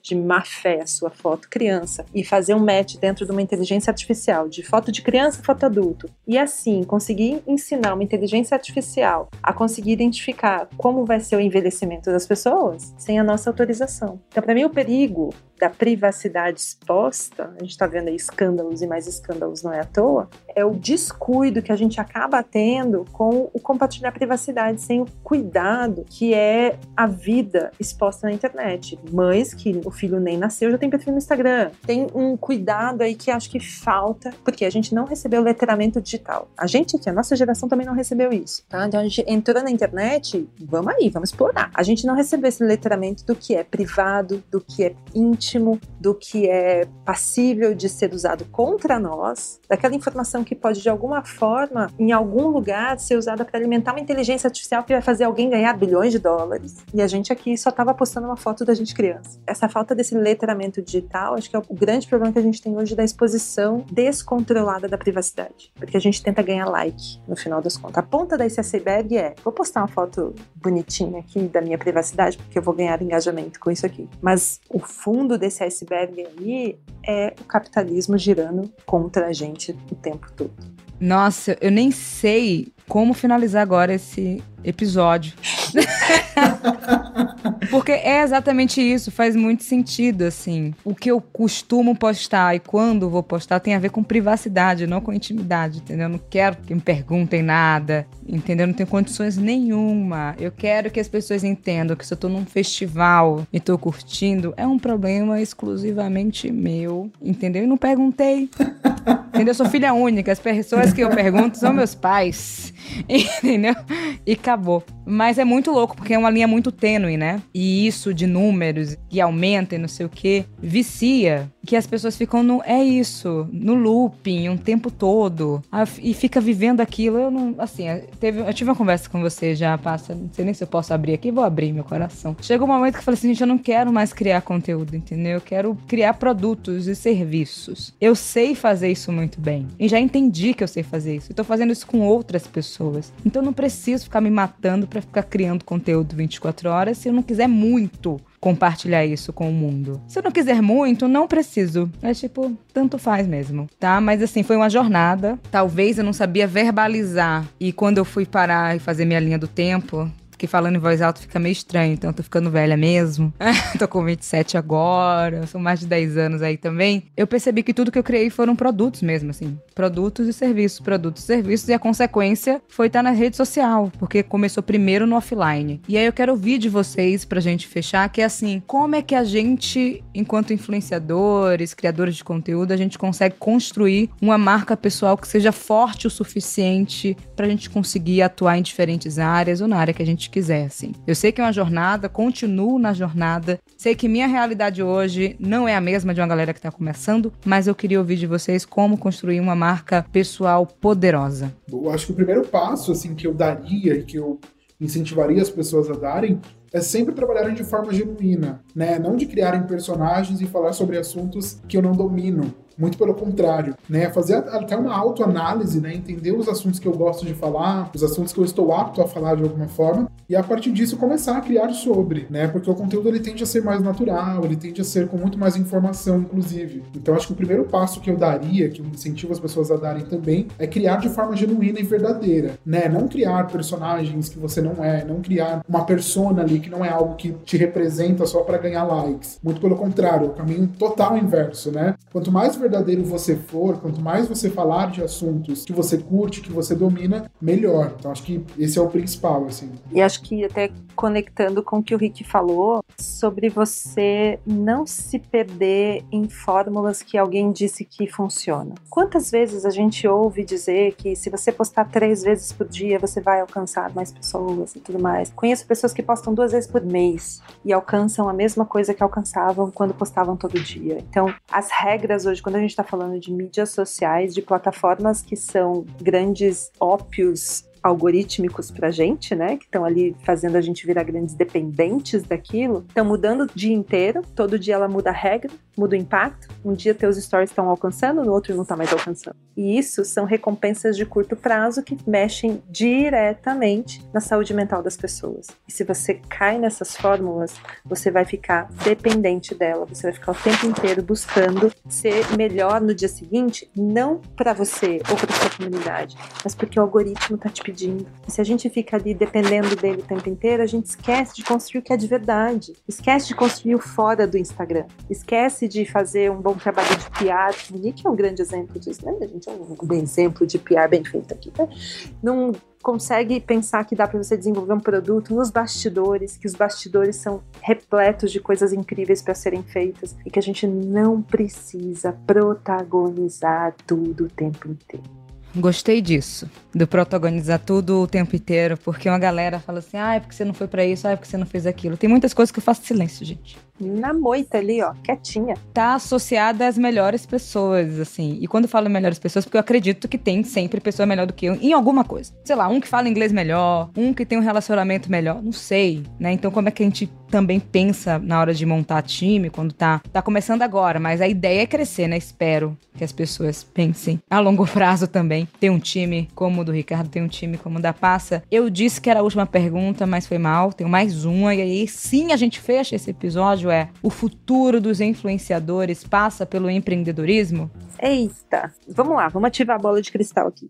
de má fé a sua foto criança e fazer um match dentro de uma inteligência artificial de foto de criança e foto adulto, e assim conseguir ensinar uma inteligência artificial a conseguir identificar como vai ser o envelhecimento das pessoas sem a nossa autorização. Então, para mim, o perigo da privacidade exposta, a gente está vendo aí escândalos e mais escândalos, não é à toa, é o descuido que a gente acaba tendo com o compartilhar privacidade sem o cuidado que é a vida exposta na internet. Mães que o filho nem nasceu já tem perfil no Instagram. Tem um cuidado aí que acho que falta, porque a gente não recebeu letramento digital. A gente aqui, a nossa geração também não recebeu isso, tá? Então a gente entrou na internet, vamos aí, vamos explorar. A gente não recebeu esse letramento do que é privado, do que é íntimo, do que é passível de ser usado contra nós, daquela informação que pode de alguma forma, em algum lugar, ser usada para alimentar uma inteligência artificial que vai fazer alguém ganhar bilhões de dólares. E a gente aqui só estava postando uma foto da gente criança. Essa falta desse letramento digital, acho que é o grande problema que a gente tem hoje da exposição descontrolada da privacidade. Porque a gente tenta ganhar like, no final das contas. A ponta desse iceberg é, vou postar uma foto bonitinha aqui da minha privacidade, porque eu vou ganhar engajamento com isso aqui. Mas o fundo desse iceberg aí é o capitalismo girando contra a gente o tempo todo. Nossa, eu nem sei como finalizar agora esse episódio. Porque é exatamente isso, faz muito sentido, assim. O que eu costumo postar e quando vou postar tem a ver com privacidade, não com intimidade, entendeu? Eu não quero que me perguntem nada, entendeu? Eu não tenho condições nenhuma. Eu quero que as pessoas entendam que se eu tô num festival e tô curtindo, é um problema exclusivamente meu, entendeu? Eu não perguntei. Entendeu? Eu sou filha única, as pessoas que eu pergunto são meus pais, entendeu? E acabou. Mas é muito louco, porque é uma linha muito tênue, né? E isso de números, que aumenta e não sei o quê, vicia, que as pessoas ficam no, é isso, no looping, um tempo todo, e fica vivendo aquilo. Eu não, assim, teve, eu tive uma conversa com você já, passa, não sei nem se eu posso abrir aqui, vou abrir meu coração. Chegou um momento que eu falei assim, gente, eu não quero mais criar conteúdo, entendeu? Eu quero criar produtos e serviços. Eu sei fazer isso muito bem, e já entendi que eu sei fazer isso, eu tô fazendo isso com outras pessoas, então eu não preciso ficar me matando pra ficar criando conteúdo vinte e quatro horas se eu não quiser muito compartilhar isso com o mundo. Se eu não quiser muito, não preciso. É tipo, tanto faz mesmo, tá? Mas assim, foi uma jornada. Talvez eu não sabia verbalizar. E quando eu fui parar e fazer minha linha do tempo, que falando em voz alta fica meio estranho, então eu tô ficando velha mesmo. Tô com vinte e sete agora, são mais de dez anos aí também. Eu percebi que tudo que eu criei foram produtos mesmo, assim. Produtos e serviços, produtos e serviços, e a consequência foi estar na rede social, porque começou primeiro no offline. E aí eu quero ouvir de vocês, pra gente fechar, que é assim, como é que a gente, enquanto influenciadores, criadores de conteúdo, a gente consegue construir uma marca pessoal que seja forte o suficiente pra gente conseguir atuar em diferentes áreas ou na área que a gente quiser, assim. Eu sei que é uma jornada, continuo na jornada, sei que minha realidade hoje não é a mesma de uma galera que tá começando, mas eu queria ouvir de vocês como construir uma marca pessoal poderosa. Eu acho que o primeiro passo, assim, que eu daria e que eu incentivaria as pessoas a darem é sempre trabalharem de forma genuína, né? Não de criarem personagens e falar sobre assuntos que eu não domino. Muito pelo contrário, né? Fazer até uma autoanálise, né? Entender os assuntos que eu gosto de falar, os assuntos que eu estou apto a falar de alguma forma, e a partir disso começar a criar sobre, né? Porque o conteúdo ele tende a ser mais natural, ele tende a ser com muito mais informação, inclusive. Então acho que o primeiro passo que eu daria, que eu incentivo as pessoas a darem também, é criar de forma genuína e verdadeira, né? Não criar personagens que você não é, não criar uma persona ali que não é algo que te representa só para ganhar likes. Muito pelo contrário, é o caminho total inverso, né? Quanto mais verdadeiro você for, quanto mais você falar de assuntos que você curte, que você domina, melhor. Então acho que esse é o principal, assim. E acho que até conectando com o que o Rick falou, sobre você não se perder em fórmulas que alguém disse que funcionam. Quantas vezes a gente ouve dizer que se você postar três vezes por dia, você vai alcançar mais pessoas e tudo mais. Conheço pessoas que postam duas vezes por mês e alcançam a mesma coisa que alcançavam quando postavam todo dia. Então, as regras hoje, quando a gente está falando de mídias sociais, de plataformas que são grandes ópios algorítmicos pra gente, né, que estão ali fazendo a gente virar grandes dependentes daquilo, estão mudando o dia inteiro, todo dia ela muda a regra, muda o impacto, um dia teus stories estão alcançando, no outro não tá mais alcançando. E isso são recompensas de curto prazo que mexem diretamente na saúde mental das pessoas. E se você cai nessas fórmulas, você vai ficar dependente dela, você vai ficar o tempo inteiro buscando ser melhor no dia seguinte, não para você ou para sua comunidade, mas porque o algoritmo tá te pedindo. E se a gente fica ali dependendo dele o tempo inteiro, a gente esquece de construir o que é de verdade, esquece de construir o fora do Instagram, esquece de fazer um bom trabalho de P R. O Nick é um grande exemplo disso, né? A gente é um exemplo de P R bem feito aqui, né? Não consegue pensar que dá para você desenvolver um produto nos bastidores, que os bastidores são repletos de coisas incríveis para serem feitas e que a gente não precisa protagonizar tudo o tempo inteiro. Gostei disso, do protagonizar tudo o tempo inteiro, porque uma galera fala assim, ah, é porque você não foi pra isso, ah, é porque você não fez aquilo. Tem muitas coisas que eu faço silêncio, gente. Na moita ali, ó, quietinha. Tá associada às melhores pessoas, assim. E quando eu falo melhores pessoas, porque eu acredito que tem sempre pessoa melhor do que eu em alguma coisa. Sei lá, um que fala inglês melhor, um que tem um relacionamento melhor, não sei, né? Então como é que a gente também pensa na hora de montar time, quando tá, tá começando agora, mas a ideia é crescer, né? Espero que as pessoas pensem a longo prazo também. Tem um time como o do Ricardo, tem um time como o da Passa. Eu disse que era a última pergunta, mas foi mal. Tenho mais uma, e aí sim a gente fecha esse episódio. É: o futuro dos influenciadores passa pelo empreendedorismo? Eita, vamos lá, vamos ativar a bola de cristal aqui.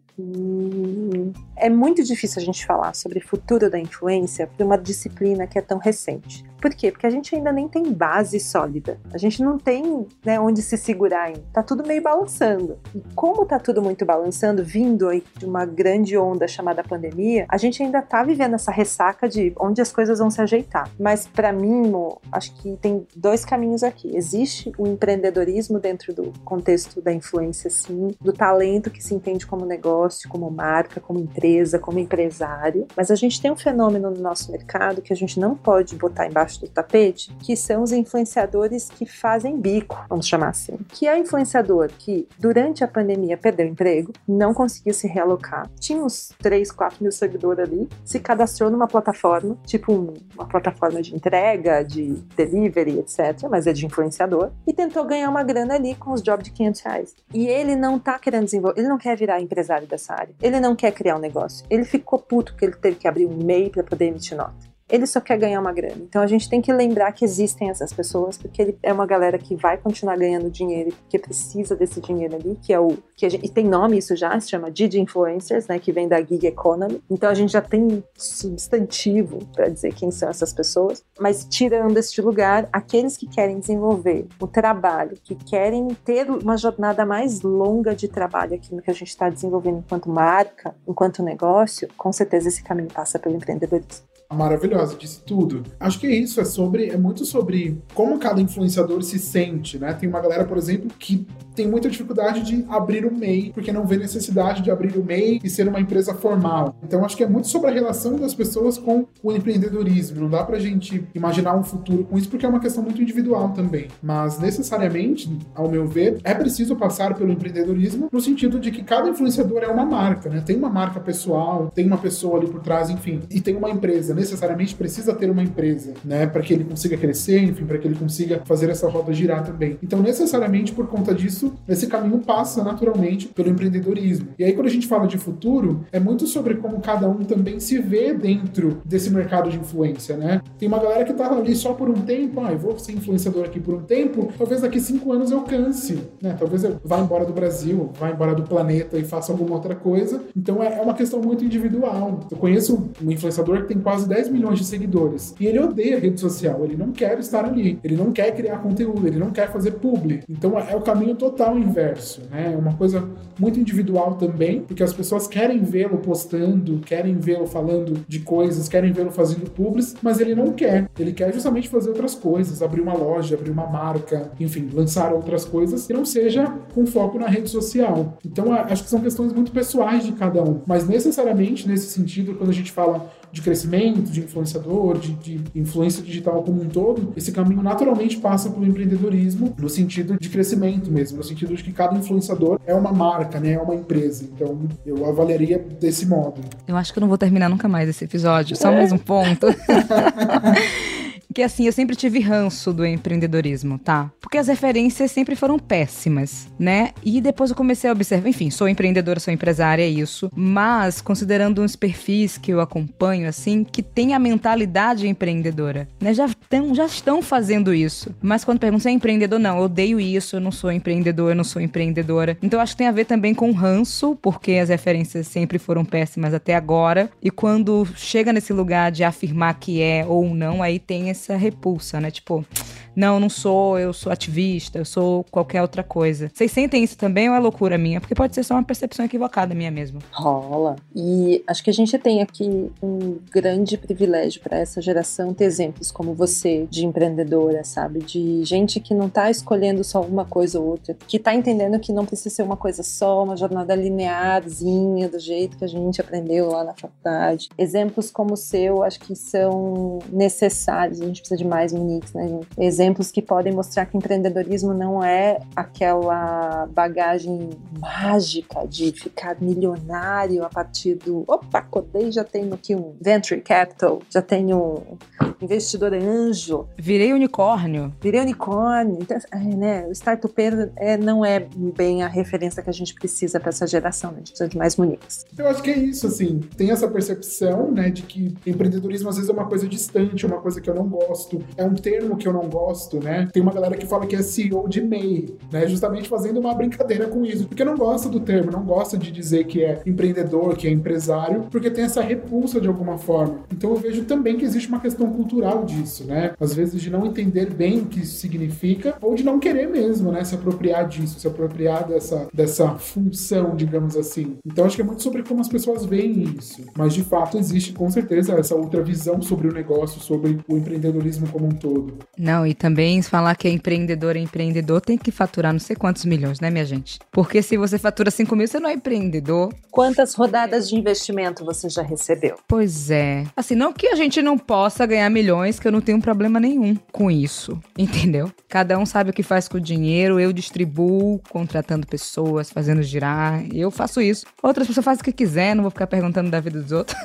Hum, é muito difícil a gente falar sobre o futuro da influência por uma disciplina que é tão recente. Por quê? Porque a gente ainda nem tem base sólida. A gente não tem, né, onde se segurar ainda. Tá tudo meio balançando. E como tá tudo muito balançando, vindo aí de uma grande onda chamada pandemia, a gente ainda tá vivendo essa ressaca de onde as coisas vão se ajeitar. Mas para mim, Mo, acho que tem dois caminhos aqui. Existe o empreendedorismo dentro do contexto da influência, sim, do talento que se entende como negócio, como marca, como empresa, como empresário. Mas a gente tem um fenômeno no nosso mercado que a gente não pode botar embaixo do tapete, que são os influenciadores que fazem bico, vamos chamar assim. Que é o influenciador que, durante a pandemia, perdeu o emprego, não conseguiu se realocar, tinha uns três, quatro mil seguidores ali, se cadastrou numa plataforma, tipo um, uma plataforma de entrega, de delivery, etcétera, mas é de influenciador, e tentou ganhar uma grana ali com os jobs de quinhentos reais. E ele não tá querendo desenvolver, ele não quer virar empresário dessa área, ele não quer criar um negócio, ele ficou puto porque ele teve que abrir um e-mail para poder emitir nota. Ele só quer ganhar uma grana. Então a gente tem que lembrar que existem essas pessoas, porque ele é uma galera que vai continuar ganhando dinheiro, porque precisa desse dinheiro ali, que é o... Que a gente, e tem nome isso já, se chama Gig Influencers, né, que vem da gig economy. Então a gente já tem substantivo para dizer quem são essas pessoas. Mas tirando este lugar, aqueles que querem desenvolver o trabalho, que querem ter uma jornada mais longa de trabalho aqui no que a gente está desenvolvendo enquanto marca, enquanto negócio, com certeza esse caminho passa pelo empreendedorismo. Maravilhosa, disse tudo. Acho que é isso, é sobre, é muito sobre como cada influenciador se sente, né? Tem uma galera, por exemplo, que tem muita dificuldade de abrir o M E I, porque não vê necessidade de abrir o M E I e ser uma empresa formal. Então, acho que é muito sobre a relação das pessoas com o empreendedorismo. Não dá pra gente imaginar um futuro com isso, porque é uma questão muito individual também. Mas, necessariamente, ao meu ver, é preciso passar pelo empreendedorismo no sentido de que cada influenciador é uma marca, né? Tem uma marca pessoal, tem uma pessoa ali por trás, enfim, e tem uma empresa. Necessariamente precisa ter uma empresa, né? Para que ele consiga crescer, enfim, para que ele consiga fazer essa roda girar também. Então, necessariamente, por conta disso, esse caminho passa naturalmente pelo empreendedorismo. E aí, quando a gente fala de futuro, é muito sobre como cada um também se vê dentro desse mercado de influência, né? Tem uma galera que tá ali só por um tempo, ah, eu vou ser influenciador aqui por um tempo, talvez daqui cinco anos eu canse, né? Talvez eu vá embora do Brasil, vá embora do planeta e faça alguma outra coisa. Então, é uma questão muito individual. Eu conheço um influenciador que tem quase dez milhões de seguidores e ele odeia a rede social, ele não quer estar ali, ele não quer criar conteúdo, ele não quer fazer publi. Então, é o caminho total inverso, né? É uma coisa muito individual também, porque as pessoas querem vê-lo postando, querem vê-lo falando de coisas, querem vê-lo fazendo publis, mas ele não quer. Ele quer justamente fazer outras coisas, abrir uma loja, abrir uma marca, enfim, lançar outras coisas que não seja com foco na rede social. Então, acho que são questões muito pessoais de cada um, mas necessariamente nesse sentido, quando a gente fala de crescimento, de influenciador, de, de influência digital como um todo, esse caminho naturalmente passa pelo empreendedorismo no sentido de crescimento mesmo, no sentido de que cada influenciador é uma marca, né? É uma empresa. Então, eu avaliaria desse modo. Eu acho que eu não vou terminar nunca mais esse episódio. Só mais um ponto. Que assim, eu sempre tive ranço do empreendedorismo, tá? Porque as referências sempre foram péssimas, né? E depois eu comecei a observar, enfim, sou empreendedora, sou empresária, é isso. Mas, considerando uns perfis que eu acompanho, assim, que tem a mentalidade empreendedora, né? Já, tão, já estão fazendo isso. Mas quando perguntam se é empreendedor, não, eu odeio isso, eu não sou empreendedor, eu não sou empreendedora. Então, eu acho que tem a ver também com ranço, porque as referências sempre foram péssimas até agora. E quando chega nesse lugar de afirmar que é ou não, aí tem esse essa repulsa, né? Tipo, não, não sou, eu sou ativista, eu sou qualquer outra coisa. Vocês sentem isso também ou é loucura minha? Porque pode ser só uma percepção equivocada minha mesmo. Rola. E acho que a gente tem aqui um grande privilégio para essa geração ter exemplos como você, de empreendedora, sabe? De gente que não tá escolhendo só uma coisa ou outra, que tá entendendo que não precisa ser uma coisa só, uma jornada linearzinha, do jeito que a gente aprendeu lá na faculdade. Exemplos como o seu, acho que são necessários. A gente precisa de mais Moniques, né, gente? Exemplos que podem mostrar que empreendedorismo não é aquela bagagem mágica de ficar milionário a partir do... Opa, acordei, já tenho aqui um venture capital, já tenho um investidor anjo. Virei unicórnio. Virei unicórnio. Então, é, né, o startupeiro é, não é bem a referência que a gente precisa para essa geração, né? A gente precisa de mais Moniques. Eu acho que é isso, assim. Tem essa percepção, né, de que empreendedorismo às vezes é uma coisa distante, uma coisa que eu não gosto, é um termo que eu não gosto, né? Tem uma galera que fala que é C E O de M E I, né? Justamente fazendo uma brincadeira com isso, porque não gosta do termo, não gosta de dizer que é empreendedor, que é empresário, porque tem essa repulsa de alguma forma. Então eu vejo também que existe uma questão cultural disso, né? Às vezes de não entender bem o que isso significa, ou de não querer mesmo, né? Se apropriar disso, se apropriar dessa, dessa função, digamos assim. Então acho que é muito sobre como as pessoas veem isso. Mas de fato existe com certeza essa outra visão sobre o negócio, sobre o empreendedorismo como um todo. Não, e também falar que é empreendedor é empreendedor tem que faturar não sei quantos milhões, né, minha gente? Porque se você fatura cinco mil, você não é empreendedor. Quantas rodadas de investimento você já recebeu? Pois é. Assim, não que a gente não possa ganhar milhões, que eu não tenho problema nenhum com isso, entendeu? Cada um sabe o que faz com o dinheiro, eu distribuo contratando pessoas, fazendo girar, eu faço isso. Outras pessoas fazem o que quiser, não vou ficar perguntando da vida dos outros,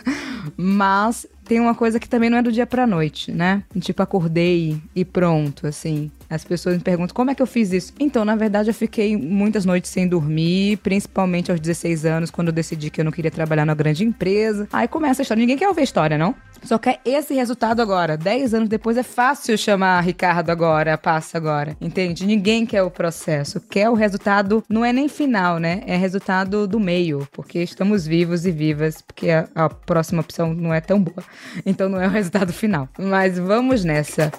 mas tem uma coisa que também não é do dia pra noite, né? Tipo, acordei e pronto, assim. As pessoas me perguntam, como é que eu fiz isso? Então, na verdade, eu fiquei muitas noites sem dormir, principalmente aos dezesseis anos, quando eu decidi que eu não queria trabalhar numa grande empresa. Aí começa a história. Ninguém quer ouvir a história, não? Só quer esse resultado agora. Dez anos depois é fácil chamar Ricardo agora, passa agora. Entende? Ninguém quer o processo. Quer o resultado, não é nem final, né? É resultado do meio, porque estamos vivos e vivas, porque a, a próxima opção não é tão boa. Então não é o resultado final. Mas vamos nessa.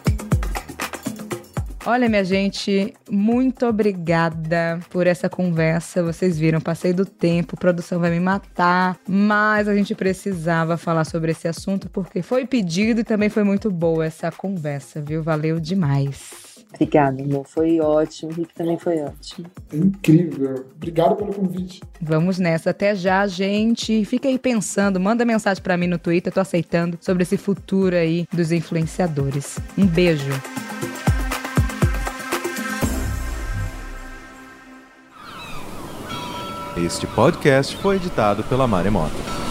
Olha, minha gente, muito obrigada por essa conversa. Vocês viram, passei do tempo, a produção vai me matar, mas a gente precisava falar sobre esse assunto porque foi pedido e também foi muito boa essa conversa, viu? Valeu demais. Obrigada, amor. Foi ótimo. O Rick também foi ótimo. É incrível. Obrigado pelo convite. Vamos nessa. Até já, gente. Fica aí pensando. Manda mensagem pra mim no Twitter. Eu tô aceitando sobre esse futuro aí dos influenciadores. Um beijo. Este podcast foi editado pela Maremoto.